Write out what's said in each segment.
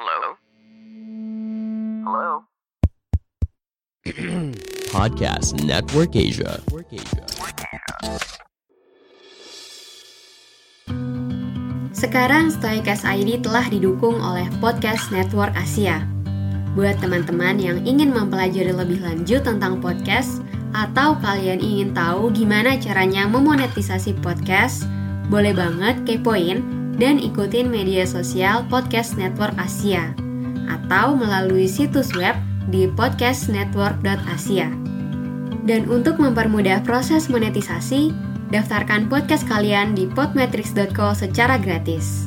Hello? Hello? Podcast Network Asia. Sekarang Stoicast ID telah didukung oleh Podcast Network Asia. Buat teman-teman yang ingin mempelajari lebih lanjut tentang podcast, atau kalian ingin tahu gimana caranya memonetisasi podcast, boleh banget kepoin dan ikutin media sosial Podcast Network Asia, atau melalui situs web di podcastnetwork.asia. Dan untuk mempermudah proses monetisasi, daftarkan podcast kalian di podmetrics.co secara gratis.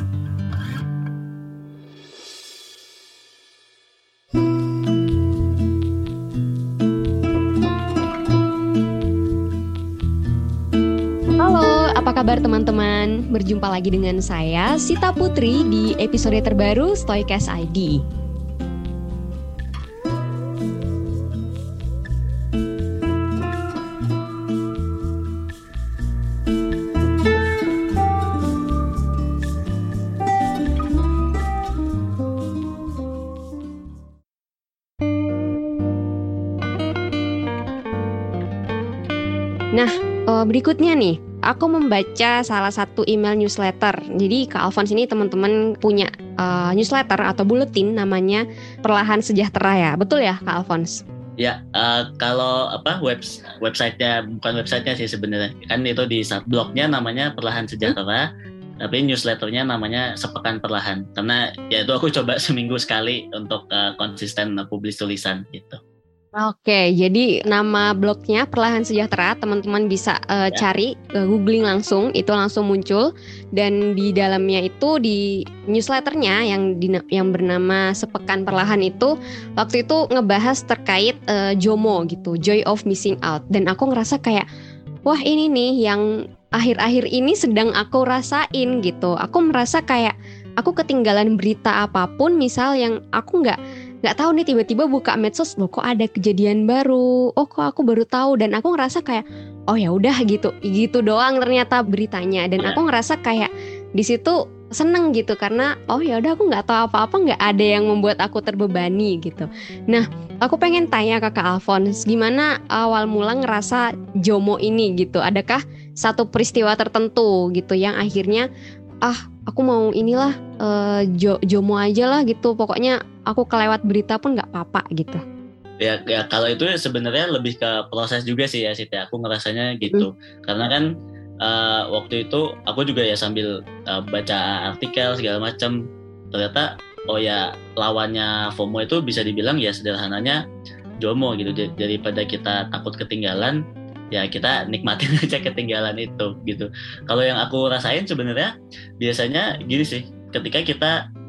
Halo, apa kabar teman-teman? Berjumpa lagi dengan saya, Sita Putri, di episode terbaru Stoicast ID. Nah, berikutnya nih, aku membaca salah satu email newsletter. Jadi Kak Alphonse ini teman-teman punya newsletter atau buletin namanya Perlahan Sejahtera ya, betul ya Kak Alphonse? Ya, kalau websitenya, bukan websitenya sih sebenarnya, kan itu di blognya namanya Perlahan Sejahtera, tapi newsletternya namanya Sepekan Perlahan. Karena ya itu aku coba seminggu sekali untuk konsisten publish tulisan gitu. Oke, jadi nama blognya Perlahan Sejahtera, teman-teman bisa cari, googling langsung, itu langsung muncul. Dan di dalamnya itu di newsletternya yang bernama Sepekan Perlahan itu, waktu itu ngebahas terkait JOMO gitu, Joy of Missing Out. Dan aku ngerasa kayak, wah ini nih yang akhir-akhir ini sedang aku rasain gitu. Aku merasa kayak aku ketinggalan berita apapun, misal yang aku nggak tahu nih, tiba-tiba buka medsos, loh kok ada kejadian baru, oh kok aku baru tahu, dan aku ngerasa kayak oh ya udah gitu doang ternyata beritanya. Dan aku ngerasa kayak di situ seneng gitu, karena oh ya udah aku nggak tahu apa-apa, nggak ada yang membuat aku terbebani gitu. Nah, aku pengen tanya ke Kak Alphonse, gimana awal mula ngerasa JOMO ini gitu? Adakah satu peristiwa tertentu gitu yang akhirnya aku mau inilah JOMO aja lah gitu, pokoknya aku kelewat berita pun nggak apa-apa gitu. Ya kalau itu sebenarnya lebih ke proses juga sih ya Siti, aku ngerasanya gitu. Karena kan waktu itu aku juga ya sambil baca artikel segala macam, ternyata oh ya lawannya FOMO itu bisa dibilang ya sederhananya JOMO gitu. Daripada kita takut ketinggalan, ya kita nikmatin aja ketinggalan itu gitu. Kalau yang aku rasain sebenarnya biasanya gini sih, ketika kita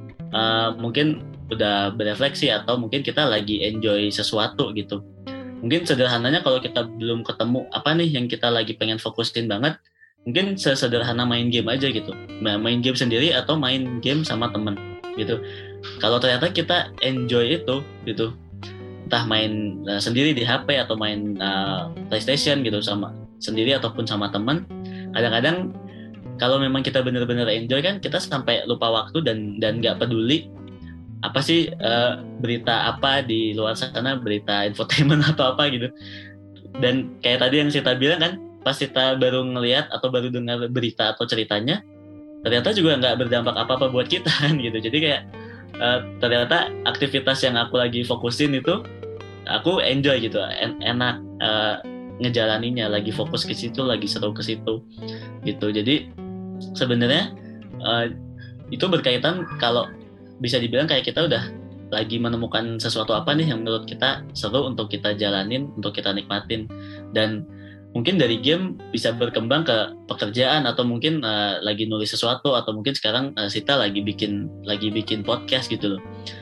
mungkin udah berefleksi atau mungkin kita lagi enjoy sesuatu gitu. Mungkin sederhananya kalau kita belum ketemu apa nih yang kita lagi pengen fokusin banget, mungkin sesederhana main game aja gitu. Main game sendiri atau main game sama temen gitu. Kalau ternyata kita enjoy itu gitu, entah main sendiri di HP atau main PlayStation gitu sama sendiri ataupun sama teman, kadang-kadang kalau memang kita benar-benar enjoy kan kita sampai lupa waktu dan nggak peduli apa sih berita apa di luar sana, berita infotainment atau apa gitu. Dan kayak tadi yang Sita bilang kan, pas kita baru ngelihat atau baru dengar berita atau ceritanya, ternyata juga nggak berdampak apa-apa buat kita kan gitu. Jadi kayak ternyata aktivitas yang aku lagi fokusin itu aku enjoy gitu, enak ngejalaninya, lagi fokus ke situ, lagi seru ke situ gitu. Jadi sebenarnya itu berkaitan, kalau bisa dibilang kayak kita udah lagi menemukan sesuatu apa nih yang menurut kita seru untuk kita jalanin, untuk kita nikmatin. Dan mungkin dari game bisa berkembang ke pekerjaan, atau mungkin lagi nulis sesuatu, atau mungkin sekarang Sita lagi bikin podcast gitu loh.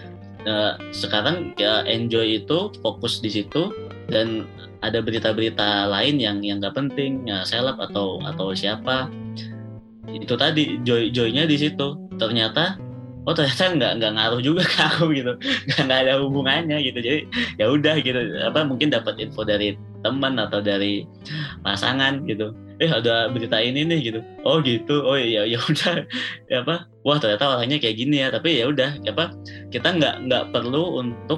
Sekarang ya enjoy itu, fokus di situ, dan ada berita-berita lain yang nggak penting, seleb atau siapa, itu tadi joy-nya di situ. Ternyata oh ternyata nggak ngaruh juga ke aku gitu, nggak ada hubungannya gitu. Jadi ya udah gitu, apa mungkin dapat info dari teman atau dari pasangan gitu, ada berita ini nih gitu, oh gitu, oh ya udah, ya apa, wah ternyata orangnya kayak gini ya. Tapi ya udah, apa, kita nggak perlu untuk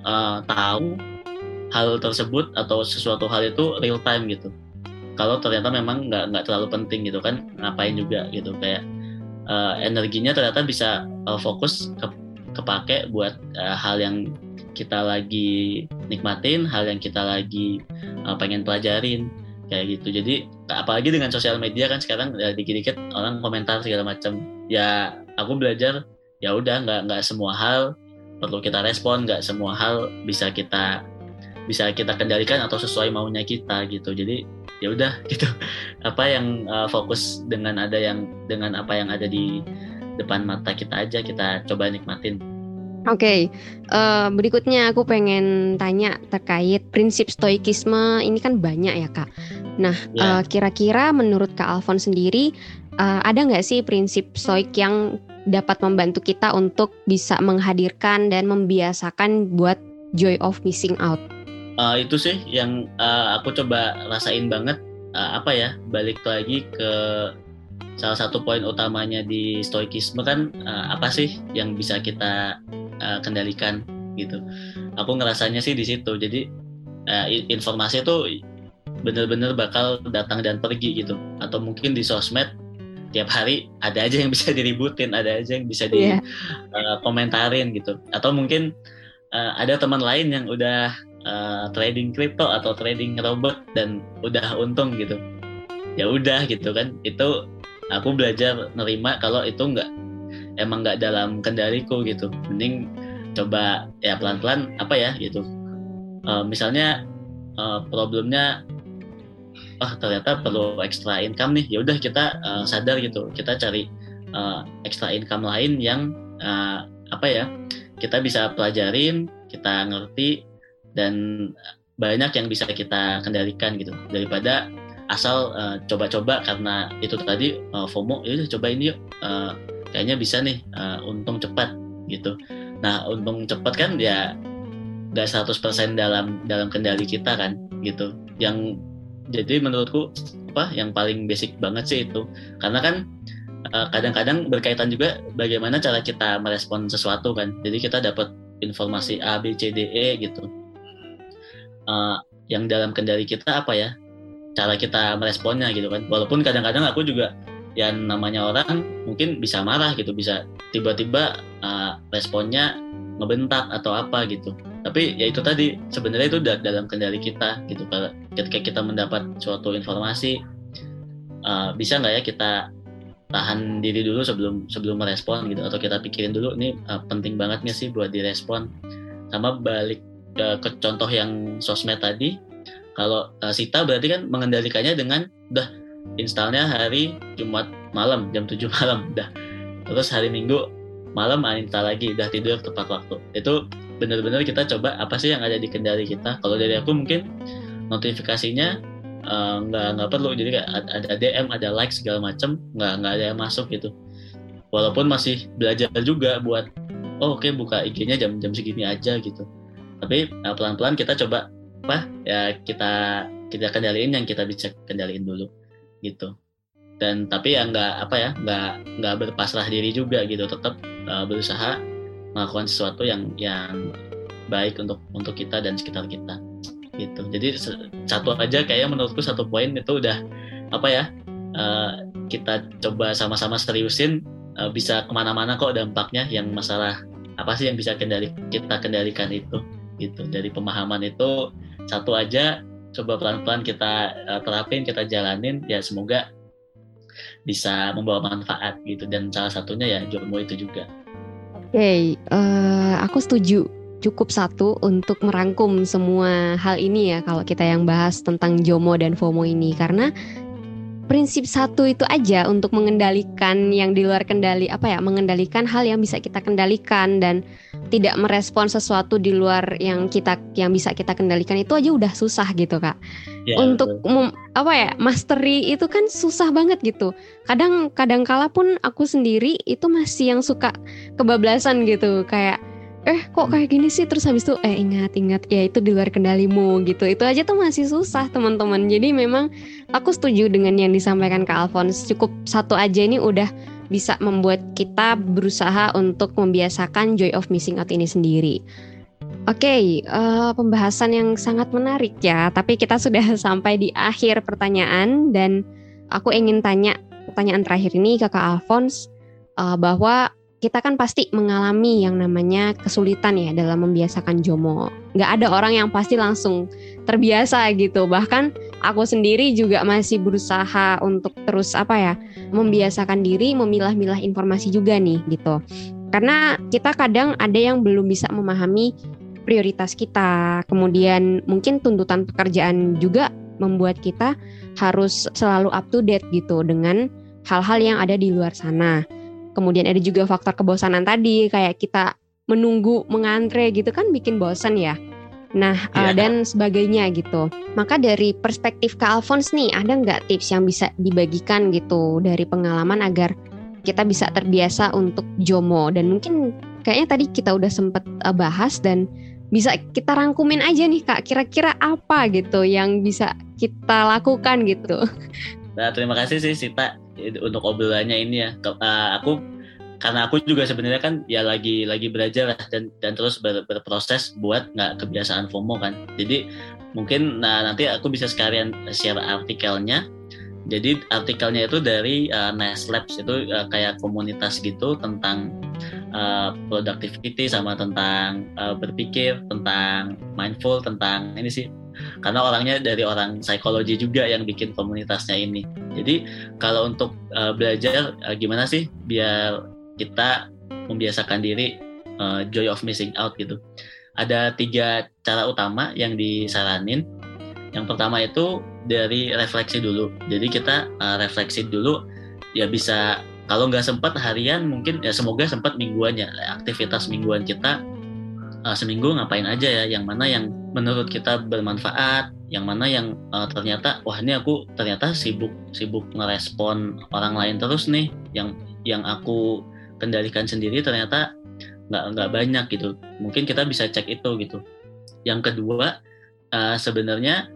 tahu hal tersebut atau sesuatu hal itu real time gitu. Kalau ternyata memang nggak terlalu penting gitu kan, ngapain juga gitu, kayak energinya ternyata bisa fokus kepake buat hal yang kita lagi nikmatin, hal yang kita lagi pengen pelajarin kayak gitu. Jadi apalagi dengan sosial media kan sekarang dikit-dikit orang komentar segala macam. Ya aku belajar ya udah nggak semua hal perlu kita respon, nggak semua hal bisa kita kendalikan atau sesuai maunya kita gitu. Jadi ya udah gitu, apa yang fokus dengan apa yang ada di depan mata kita aja, kita coba nikmatin. Oke, berikutnya aku pengen tanya terkait prinsip stoikisme. Ini kan banyak ya Kak. Nah, kira-kira menurut Kak Alfon sendiri ada nggak sih prinsip stoik yang dapat membantu kita untuk bisa menghadirkan dan membiasakan buat joy of missing out? Itu sih yang aku coba rasain banget, balik lagi ke salah satu poin utamanya di stoikisme kan, apa sih yang bisa kita kendalikan gitu. Aku ngerasanya sih di situ. Jadi informasi itu benar-benar bakal datang dan pergi gitu. Atau mungkin di sosmed tiap hari ada aja yang bisa diributin, ada aja yang bisa komentarin gitu. Atau mungkin ada teman lain yang udah trading kripto atau trading robot dan udah untung gitu. Ya udah gitu kan. Itu aku belajar nerima kalau itu emang nggak dalam kendaliku gitu. Mending coba ya pelan-pelan gitu. Misalnya problemnya ternyata perlu extra income nih. Ya udah kita sadar gitu. Kita cari extra income lain yang kita bisa pelajarin, kita ngerti, dan banyak yang bisa kita kendalikan gitu. Daripada asal coba-coba karena itu tadi FOMO, ya udah coba ini yuk. Kayaknya bisa nih untung cepat gitu. Nah untung cepat kan ya nggak 100% dalam kendali kita kan gitu. Yang jadi menurutku yang paling basic banget sih itu, karena kan kadang-kadang berkaitan juga bagaimana cara kita merespon sesuatu kan. Jadi kita dapat informasi A, B, C, D, E gitu. Yang dalam kendali kita cara kita meresponnya gitu kan. Walaupun kadang-kadang aku juga yang namanya orang mungkin bisa marah gitu, bisa tiba-tiba responnya ngebentak atau apa gitu. Tapi ya itu tadi, sebenarnya itu dalam kendali kita gitu. Kalau ketika kita mendapat suatu informasi, bisa nggak ya kita tahan diri dulu sebelum merespon gitu, atau kita pikirin dulu ini penting banget nggak sih buat direspon. Sama balik ke contoh yang sosmed tadi, kalau Sita berarti kan mengendalikannya dengan udah installnya hari Jumat malam jam 7 malam udah, terus hari Minggu malam uninstall lagi, udah tidur tepat waktu. Itu benar-benar kita coba apa sih yang ada di kendali kita. Kalau dari aku mungkin notifikasinya nggak perlu, jadi kayak ada DM, ada like segala macam, nggak ada yang masuk gitu. Walaupun masih belajar juga buat oke, buka IG-nya jam segini aja gitu. Tapi pelan-pelan kita coba kita kendaliin yang kita bisa kendaliin dulu gitu. Dan tapi ya nggak berpasrah diri juga gitu, tetap berusaha melakukan sesuatu yang baik untuk kita dan sekitar kita gitu. Jadi satu aja kayak menurutku satu poin itu udah kita coba sama-sama seriusin, bisa kemana-mana kok dampaknya. Yang masalah apa sih yang bisa kita kendalikan itu gitu. Dari pemahaman itu satu aja, coba pelan-pelan kita terapin, kita jalanin, ya semoga bisa membawa manfaat gitu. Dan salah satunya ya Jomo itu juga. Oke, aku setuju. Cukup satu untuk merangkum semua hal ini ya, kalau kita yang bahas tentang JOMO dan FOMO ini. Karena prinsip satu itu aja untuk mengendalikan yang di luar kendali, mengendalikan hal yang bisa kita kendalikan dan tidak merespon sesuatu di luar yang bisa kita kendalikan, itu aja udah susah gitu Kak. Ya, untuk mastery itu kan susah banget gitu. Kadang kala pun aku sendiri itu masih yang suka kebablasan gitu, kayak kok kayak gini sih, terus habis itu ingat ya itu di luar kendalimu gitu. Itu aja tuh masih susah teman-teman. Jadi memang aku setuju dengan yang disampaikan Kak Alphonse. Cukup satu aja ini udah bisa membuat kita berusaha untuk membiasakan joy of missing out ini sendiri. Oke, pembahasan yang sangat menarik ya. Tapi kita sudah sampai di akhir pertanyaan dan aku ingin tanya pertanyaan terakhir ini ke Kak Alphonse, bahwa kita kan pasti mengalami yang namanya kesulitan ya dalam membiasakan JOMO. Nggak ada orang yang pasti langsung terbiasa gitu. Bahkan aku sendiri juga masih berusaha untuk terus membiasakan diri, memilah-milah informasi juga nih gitu. Karena kita kadang ada yang belum bisa memahami prioritas kita. Kemudian mungkin tuntutan pekerjaan juga membuat kita harus selalu up to date gitu dengan hal-hal yang ada di luar sana. Kemudian ada juga faktor kebosanan tadi, kayak kita menunggu, mengantre gitu kan bikin bosan ya. Nah, dan sebagainya gitu. Maka dari perspektif Kak Alphonse nih, ada nggak tips yang bisa dibagikan gitu dari pengalaman agar kita bisa terbiasa untuk JOMO? Dan mungkin kayaknya tadi kita udah sempet bahas dan bisa kita rangkumin aja nih Kak, kira-kira apa gitu yang bisa kita lakukan gitu. Nah, terima kasih sih Sita untuk obrolannya ini ya. Karena aku juga sebenarnya kan ya lagi belajar lah dan terus berproses buat nggak kebiasaan FOMO kan. Jadi mungkin nanti aku bisa sekalian share artikelnya. Jadi artikelnya itu dari Nice Labs, itu kayak komunitas gitu tentang productivity sama tentang berpikir, tentang mindful, tentang ini sih. Karena orangnya dari orang psikologi juga yang bikin komunitasnya ini. Jadi kalau untuk belajar gimana sih biar kita membiasakan diri joy of missing out gitu. Ada 3 cara utama yang disaranin. Yang pertama itu dari refleksi dulu. Jadi kita refleksi dulu, ya bisa kalau nggak sempat harian mungkin ya semoga sempat mingguannya. Aktivitas mingguan kita seminggu ngapain aja ya, yang mana yang menurut kita bermanfaat, yang mana yang ternyata wah ini aku ternyata sibuk ngerespon orang lain terus nih, yang aku kendalikan sendiri ternyata nggak banyak gitu. Mungkin kita bisa cek itu gitu. Yang kedua sebenarnya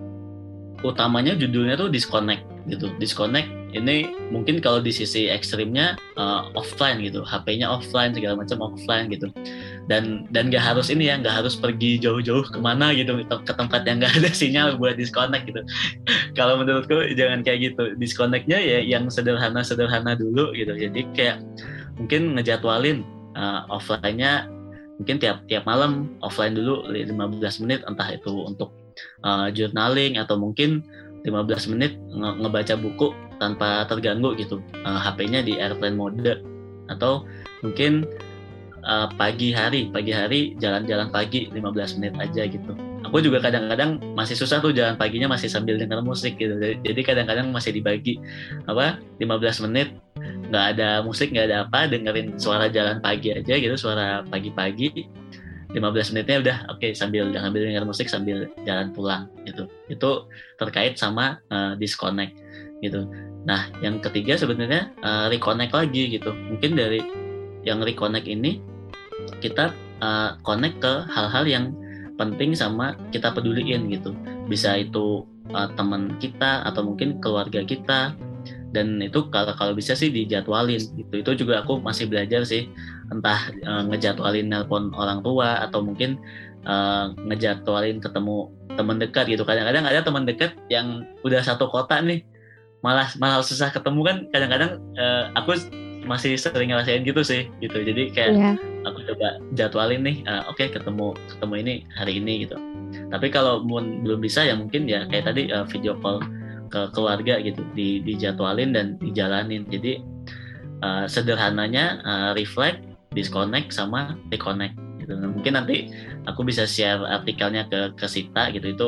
utamanya judulnya tuh disconnect gitu. Disconnect ini mungkin kalau di sisi ekstrimnya offline gitu, HP-nya offline, segala macam offline gitu. Dan nggak harus ini ya, nggak harus pergi jauh-jauh kemana gitu ke tempat yang nggak ada sinyal buat disconnect gitu. Kalau menurutku jangan kayak gitu. Disconnect-nya ya yang sederhana dulu gitu. Jadi kayak mungkin ngejadwalin offline-nya mungkin tiap malam offline dulu 15 menit, entah itu untuk journaling atau mungkin 15 menit ngebaca buku tanpa terganggu gitu. HP-nya di airplane mode, atau mungkin pagi hari jalan-jalan pagi 15 menit aja gitu. Aku juga kadang-kadang masih susah tuh jalan paginya masih sambil denger musik gitu. Jadi kadang-kadang masih dibagi 15 menit nggak ada musik, nggak ada apa, dengerin suara jalan pagi aja gitu, suara pagi-pagi. 15 menitnya udah oke, sambil denger musik sambil jalan pulang gitu. Itu terkait sama disconnect gitu. Nah, yang ketiga sebenarnya reconnect lagi gitu. Mungkin dari yang reconnect ini kita connect ke hal-hal yang penting sama kita peduliin gitu. Bisa itu teman kita atau mungkin keluarga kita, dan itu kalau bisa sih dijadwalin gitu. Itu juga aku masih belajar sih, entah ngejadwalin nelpon orang tua atau mungkin ngejadwalin ketemu teman dekat gitu. Kadang-kadang ada teman dekat yang udah satu kota nih, malah susah ketemu kan. Kadang-kadang aku masih sering ngerasain gitu sih gitu. Jadi kayak aku coba jadwalin nih, oke, ketemu ini hari ini gitu. Tapi kalau belum bisa ya mungkin ya kayak tadi video call ke keluarga gitu, dijadwalin dan dijalanin. Jadi sederhananya reflect, disconnect sama reconnect gitu. Nah, mungkin nanti aku bisa share artikelnya ke Sita gitu. Itu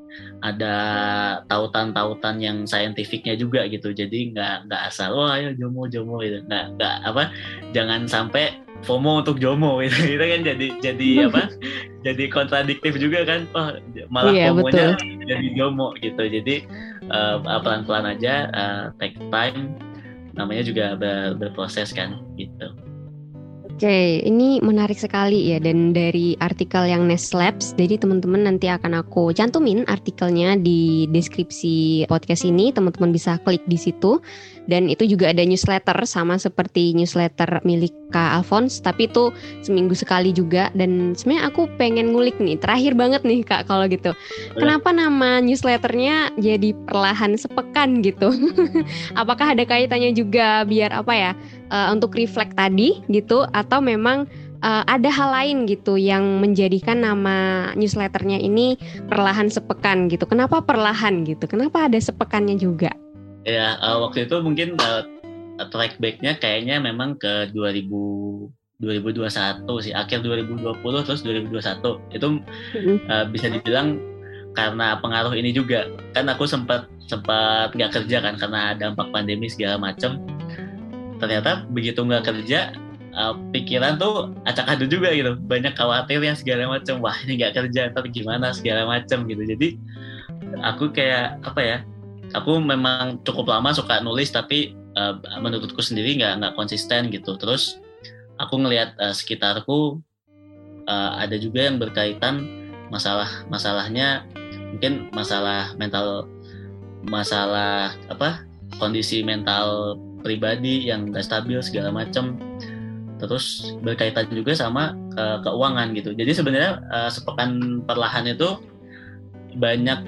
ada tautan-tautan yang saintifiknya juga gitu. Jadi nggak asal wah ayo jomo gitu. Nggak apa, jangan sampai FOMO untuk jomo gitu. Itu kan jadi apa? Jadi kontradiktif juga kan. Oh, malah FOMO-nya jadi jomo gitu. Jadi pelan-pelan aja, take time. Namanya juga berproses kan gitu. Oke, ini menarik sekali ya, dan dari artikel yang Nest Labs, jadi teman-teman nanti akan aku cantumin artikelnya di deskripsi podcast ini, teman-teman bisa klik di situ. Dan itu juga ada newsletter sama seperti newsletter milik Kak Alphonse, tapi itu seminggu sekali juga. Dan sebenarnya aku pengen ngulik nih, terakhir banget nih Kak kalau gitu. Kenapa nama newsletternya jadi perlahan sepekan gitu? Apakah ada kaitannya juga biar apa ya, untuk reflect tadi gitu, atau memang ada hal lain gitu yang menjadikan nama newsletternya ini perlahan sepekan gitu? Kenapa perlahan gitu? Kenapa ada sepekannya juga? Ya, waktu itu mungkin track back-nya kayaknya memang ke 2021 sih, akhir 2020 terus 2021. Itu bisa dibilang karena pengaruh ini juga. Kan aku sempat nggak kerja kan karena dampak pandemi segala macam. Ternyata begitu nggak kerja, pikiran tuh acak-adul juga gitu. Banyak khawatir yang segala macam. Wah, ini nggak kerja, ntar gimana segala macam gitu. Jadi aku kayak apa ya? Aku memang cukup lama suka nulis, tapi menurutku sendiri nggak konsisten gitu. Terus aku ngelihat sekitarku ada juga yang berkaitan masalahnya mungkin masalah mental, masalah apa, kondisi mental pribadi yang nggak stabil segala macam. Terus berkaitan juga sama keuangan gitu. Jadi sebenarnya sepekan perlahan itu banyak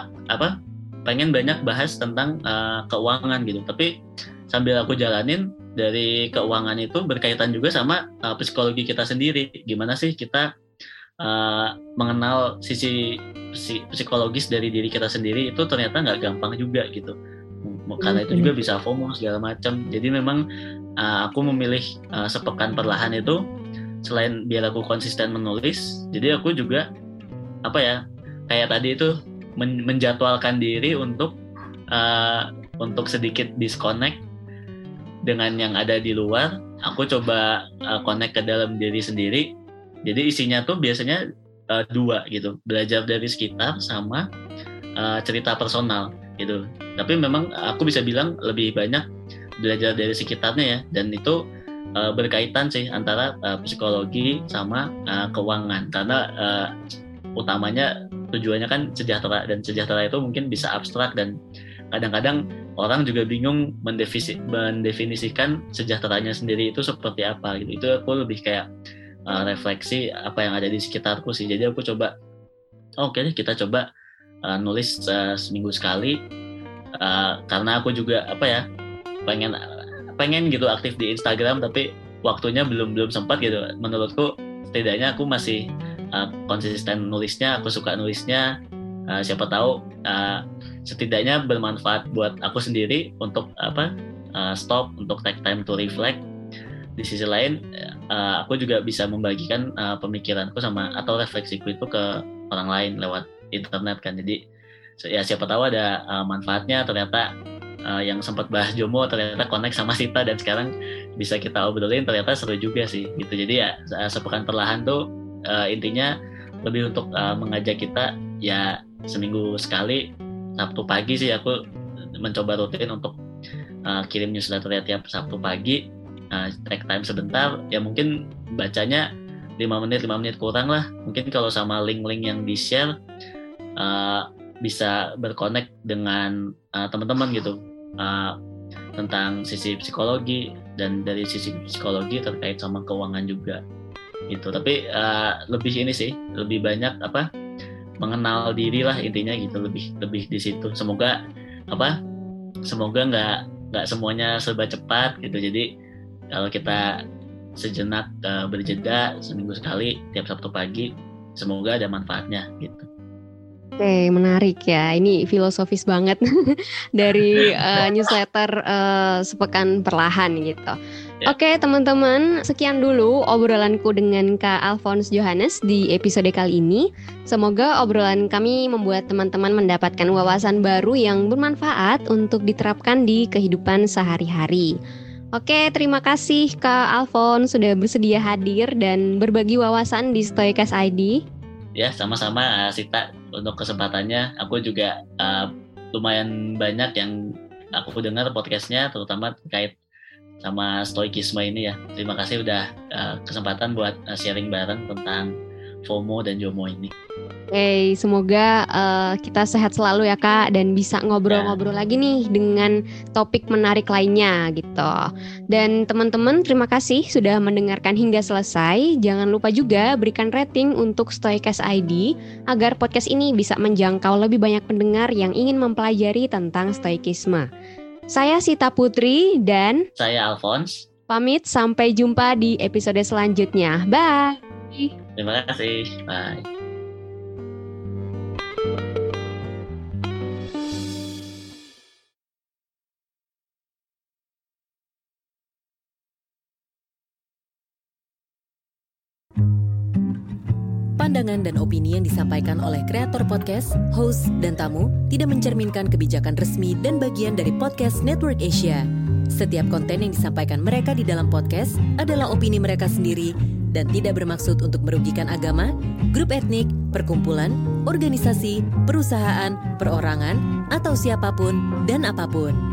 pengen banyak bahas tentang keuangan gitu, tapi sambil aku jalanin dari keuangan itu berkaitan juga sama psikologi kita sendiri. Gimana sih kita mengenal sisi psikologis dari diri kita sendiri, itu ternyata nggak gampang juga gitu. Karena itu juga bisa FOMO segala macam. Jadi memang aku memilih sepekan perlahan itu selain biar aku konsisten menulis, jadi aku juga apa ya, kayak tadi itu menjadwalkan diri untuk sedikit disconnect dengan yang ada di luar. Aku coba connect ke dalam diri sendiri. Jadi isinya tuh biasanya dua gitu, belajar dari sekitar sama cerita personal gitu. Tapi memang aku bisa bilang lebih banyak belajar dari sekitarnya ya, dan itu berkaitan sih antara psikologi sama keuangan, karena utamanya tujuannya kan sejahtera, dan sejahtera itu mungkin bisa abstrak dan kadang-kadang orang juga bingung mendefinisikan sejahteranya sendiri itu seperti apa gitu. Itu aku lebih kayak refleksi apa yang ada di sekitarku sih. Jadi aku coba oke, kita coba nulis seminggu sekali, karena aku juga apa ya, pengen gitu aktif di Instagram, tapi waktunya belum sempat gitu. Menurutku setidaknya aku masih konsisten nulisnya, aku suka nulisnya, siapa tahu setidaknya bermanfaat buat aku sendiri untuk stop, untuk take time to reflect. Di sisi lain aku juga bisa membagikan pemikiranku sama atau refleksiku itu ke orang lain lewat internet kan. Jadi ya siapa tahu ada manfaatnya. Ternyata yang sempat bahas jomo ternyata connect sama Sita, dan sekarang bisa kita obrolin, ternyata seru juga sih gitu. Jadi ya sepekan perlahan tuh intinya lebih untuk mengajak kita ya seminggu sekali, Sabtu pagi sih aku mencoba rutin untuk kirim newsletter ya tiap Sabtu pagi, take time sebentar, ya mungkin bacanya 5 menit kurang lah. Mungkin kalau sama link-link yang di-share bisa berconnect dengan teman-teman gitu, tentang sisi psikologi, dan dari sisi psikologi terkait sama keuangan juga gitu. Tapi lebih ini sih, lebih banyak mengenal diri lah intinya gitu, lebih di situ. Semoga nggak semuanya serba cepat gitu. Jadi kalau kita sejenak berjeda seminggu sekali tiap Sabtu pagi, semoga ada manfaatnya gitu. Oke, menarik ya. Ini filosofis banget dari newsletter sepekan perlahan gitu. Ya. Oke teman-teman, sekian dulu obrolanku dengan Kak Alphonse Johannes di episode kali ini. Semoga obrolan kami membuat teman-teman mendapatkan wawasan baru yang bermanfaat untuk diterapkan di kehidupan sehari-hari. Oke, terima kasih Kak Alphonse sudah bersedia hadir dan berbagi wawasan di Stoikas ID. Ya, sama-sama Sita untuk kesempatannya. Aku juga lumayan banyak yang aku dengar podcastnya, terutama terkait sama stoikisme ini ya. Terima kasih udah kesempatan buat sharing bareng tentang FOMO dan JOMO ini. Oke, semoga kita sehat selalu ya Kak dan bisa ngobrol-ngobrol lagi nih dengan topik menarik lainnya gitu. Dan teman-teman terima kasih sudah mendengarkan hingga selesai. Jangan lupa juga berikan rating untuk Stoikas ID agar podcast ini bisa menjangkau lebih banyak pendengar yang ingin mempelajari tentang stoikisme. Saya Sita Putri dan saya Alphonse. Pamit sampai jumpa di episode selanjutnya. Bye. Terima kasih. Bye. Pandangan dan opini yang disampaikan oleh kreator podcast, host, dan tamu tidak mencerminkan kebijakan resmi dan bagian dari podcast Network Asia. Setiap konten yang disampaikan mereka di dalam podcast adalah opini mereka sendiri dan tidak bermaksud untuk merugikan agama, grup etnik, perkumpulan, organisasi, perusahaan, perorangan, atau siapapun dan apapun.